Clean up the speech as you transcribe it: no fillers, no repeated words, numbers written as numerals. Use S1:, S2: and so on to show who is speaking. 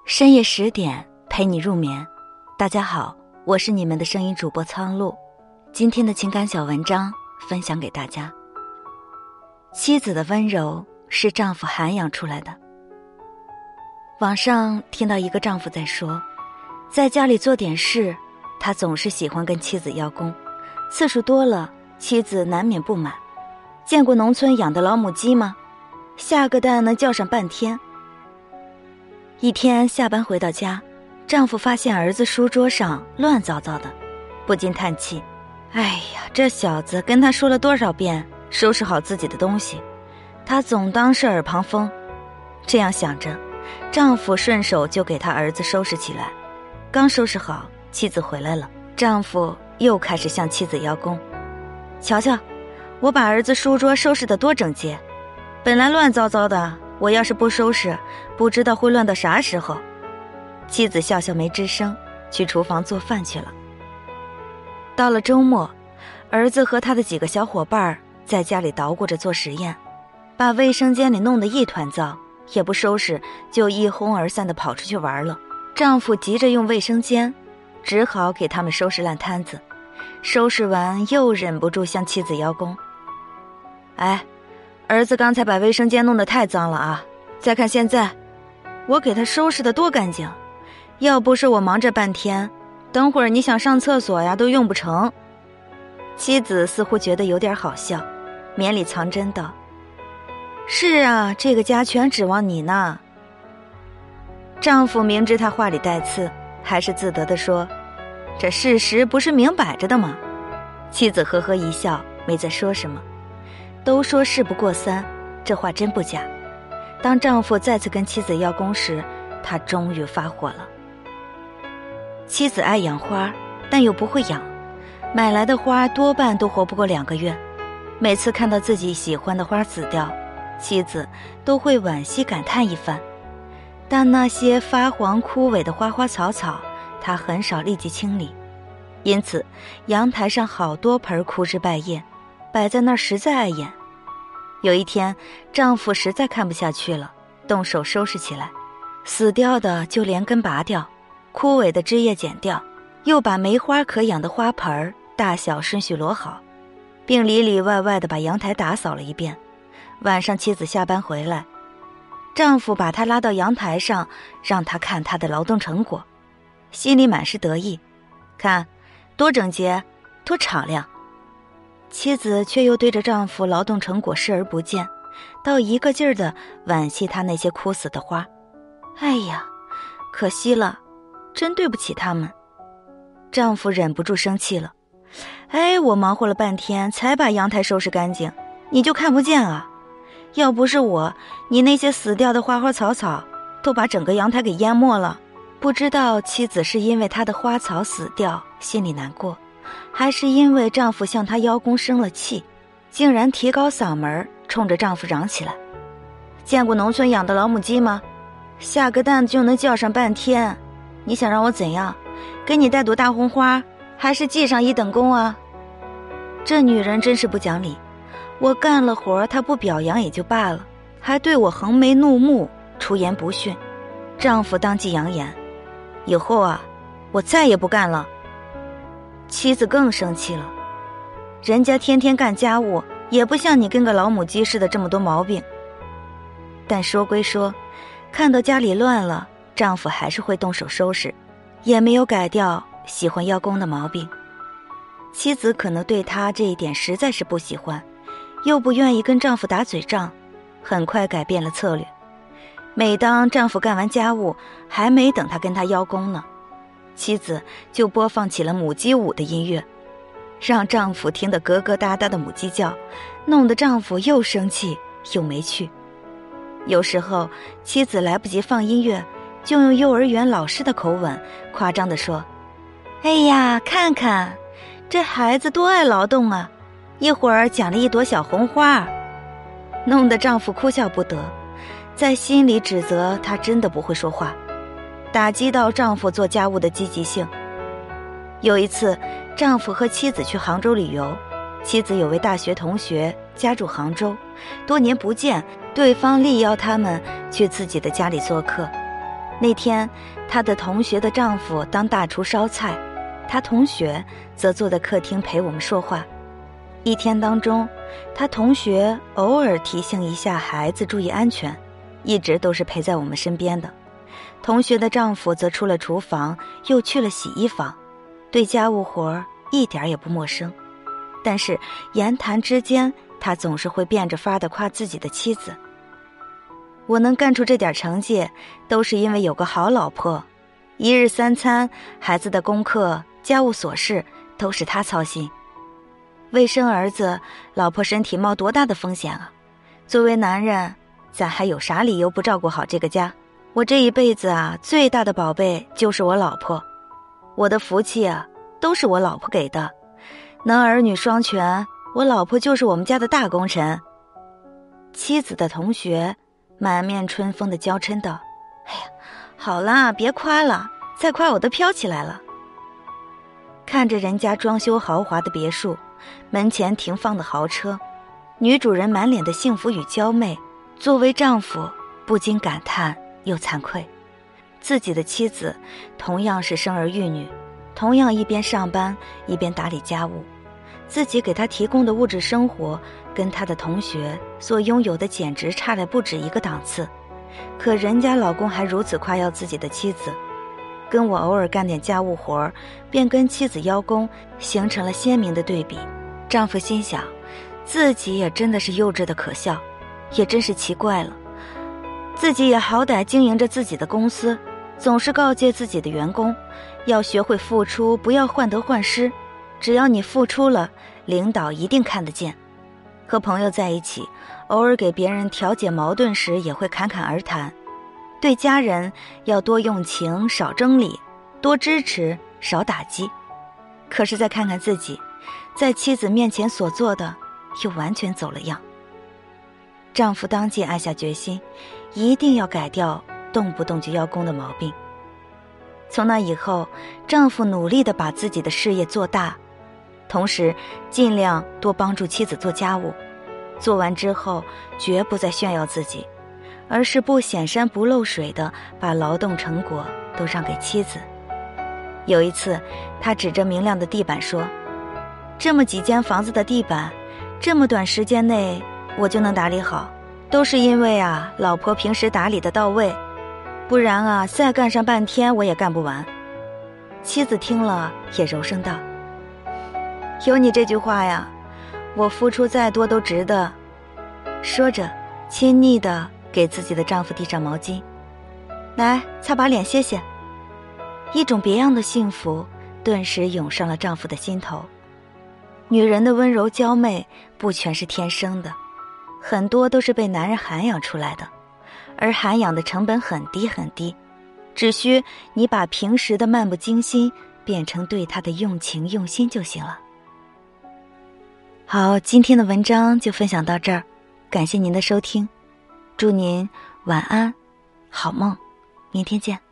S1: 深夜10点陪你入眠。大家好，我是你们的声音主播苍鹭。今天的情感小文章分享给大家。妻子的温柔是丈夫涵养出来的。网上听到一个丈夫在说，在家里做点事，他总是喜欢跟妻子邀功，次数多了，妻子难免不满。见过农村养的老母鸡吗？下个蛋能叫上半天。一天下班回到家，丈夫发现儿子书桌上乱糟糟的，不禁叹气：哎呀，这小子跟他说了多少遍收拾好自己的东西，他总当是耳旁风。这样想着，丈夫顺手就给他儿子收拾起来。刚收拾好，妻子回来了，丈夫又开始向妻子邀功：瞧瞧，我把儿子书桌收拾得多整洁，本来乱糟糟的，我要是不收拾，不知道会乱到啥时候。妻子笑笑没吱声，去厨房做饭去了。到了周末，儿子和他的几个小伙伴在家里捣鼓着做实验，把卫生间里弄得一团糟，也不收拾，就一哄而散地跑出去玩了。丈夫急着用卫生间，只好给他们收拾烂摊子。收拾完又忍不住向妻子邀功：哎，儿子刚才把卫生间弄得太脏了啊！再看现在，我给他收拾得多干净，要不是我忙这半天，等会儿你想上厕所呀都用不成。妻子似乎觉得有点好笑，绵里藏针道：是啊，这个家全指望你呢。丈夫明知她话里带刺，还是自得地说：这事实不是明摆着的吗？妻子呵呵一笑，没再说什么。都说事不过三，这话真不假。当丈夫再次跟妻子邀功时，他终于发火了。妻子爱养花，但又不会养，买来的花多半都活不过2个月。每次看到自己喜欢的花死掉，妻子都会惋惜感叹一番。但那些发黄枯萎的花花草草，她很少立即清理，因此阳台上好多盆枯枝败叶，摆在那儿实在碍眼。有一天，丈夫实在看不下去了，动手收拾起来，死掉的就连根拔掉，枯萎的枝叶剪掉，又把没花可养的花盆大小顺序摞好，并里里外外地把阳台打扫了一遍。晚上妻子下班回来，丈夫把她拉到阳台上，让她看她的劳动成果，心里满是得意，看多整洁，多敞亮。妻子却又对着丈夫劳动成果视而不见，倒一个劲儿地惋惜他那些枯死的花。哎呀，可惜了，真对不起他们。丈夫忍不住生气了：哎，我忙活了半天才把阳台收拾干净，你就看不见啊？要不是我，你那些死掉的花花草草都把整个阳台给淹没了。不知道妻子是因为她的花草死掉心里难过，还是因为丈夫向她邀功生了气，竟然提高嗓门冲着丈夫嚷起来：见过农村养的老母鸡吗？下个蛋就能叫上半天，你想让我怎样？给你带朵大红花，还是记上1等功啊？这女人真是不讲理，我干了活她不表扬也就罢了，还对我横眉怒目，出言不逊。丈夫当即扬言：以后啊，我再也不干了。妻子更生气了，人家天天干家务，也不像你跟个老母鸡似的这么多毛病。但说归说，看到家里乱了，丈夫还是会动手收拾，也没有改掉喜欢邀功的毛病。妻子可能对他这一点实在是不喜欢，又不愿意跟丈夫打嘴仗，很快改变了策略。每当丈夫干完家务，还没等他跟他邀功呢，妻子就播放起了母鸡舞的音乐，让丈夫听得咯咯哒哒的母鸡叫，弄得丈夫又生气又没趣。有时候妻子来不及放音乐，就用幼儿园老师的口吻夸张地说：哎呀，看看这孩子多爱劳动啊，一会儿讲了1朵小红花，弄得丈夫哭笑不得，在心里指责她真的不会说话，打击到丈夫做家务的积极性。有一次，丈夫和妻子去杭州旅游，妻子有位大学同学家住杭州，多年不见，对方力邀他们去自己的家里做客。 那天，她的同学的丈夫当大厨烧菜，她同学则坐在客厅陪我们说话。一天当中，她同学偶尔提醒一下孩子注意安全，一直都是陪在我们身边的。同学的丈夫则出了厨房，又去了洗衣房，对家务活一点也不陌生。但是言谈之间，他总是会变着法地夸自己的妻子。我能干出这点成绩，都是因为有个好老婆，一日三餐、孩子的功课、家务琐事都是他操心。为生儿子，老婆身体冒多大的风险啊！作为男人，咱还有啥理由不照顾好这个家？我这一辈子啊，最大的宝贝就是我老婆，我的福气啊，都是我老婆给的。能儿女双全，我老婆就是我们家的大功臣。妻子的同学满面春风地娇嗔道：“哎呀，好啦，别夸了，再夸我都飘起来了。”看着人家装修豪华的别墅，门前停放的豪车，女主人满脸的幸福与娇媚，作为丈夫不禁感叹又惭愧。自己的妻子同样是生儿育女，同样一边上班一边打理家务，自己给他提供的物质生活跟他的同学所拥有的简直差了不止一个档次，可人家老公还如此夸耀自己的妻子，跟我偶尔干点家务活便跟妻子邀功，形成了鲜明的对比。丈夫心想，自己也真的是幼稚的可笑，也真是奇怪了，自己也好歹经营着自己的公司，总是告诫自己的员工要学会付出，不要患得患失，只要你付出了，领导一定看得见。和朋友在一起，偶尔给别人调解矛盾时也会侃侃而谈。对家人要多用情少争理，多支持少打击。可是再看看自己，在妻子面前所做的又完全走了样。丈夫当即暗下决心，一定要改掉动不动就邀功的毛病。从那以后，丈夫努力地把自己的事业做大，同时尽量多帮助妻子做家务。做完之后，绝不再炫耀自己，而是不显山不漏水地把劳动成果都让给妻子。有一次，他指着明亮的地板说：“这么几间房子的地板，这么短时间内我就能打理好，都是因为啊，老婆平时打理得到位，不然啊，再干上半天我也干不完。”妻子听了也柔声道：“有你这句话呀，我付出再多都值得。”说着，亲昵地给自己的丈夫递上毛巾：“来，擦把脸歇歇。”一种别样的幸福顿时涌上了丈夫的心头。女人的温柔娇媚不全是天生的，很多都是被男人涵养出来的，而涵养的成本很低很低，只需你把平时的漫不经心变成对他的用情用心就行了。好，今天的文章就分享到这儿，感谢您的收听，祝您晚安，好梦，明天见。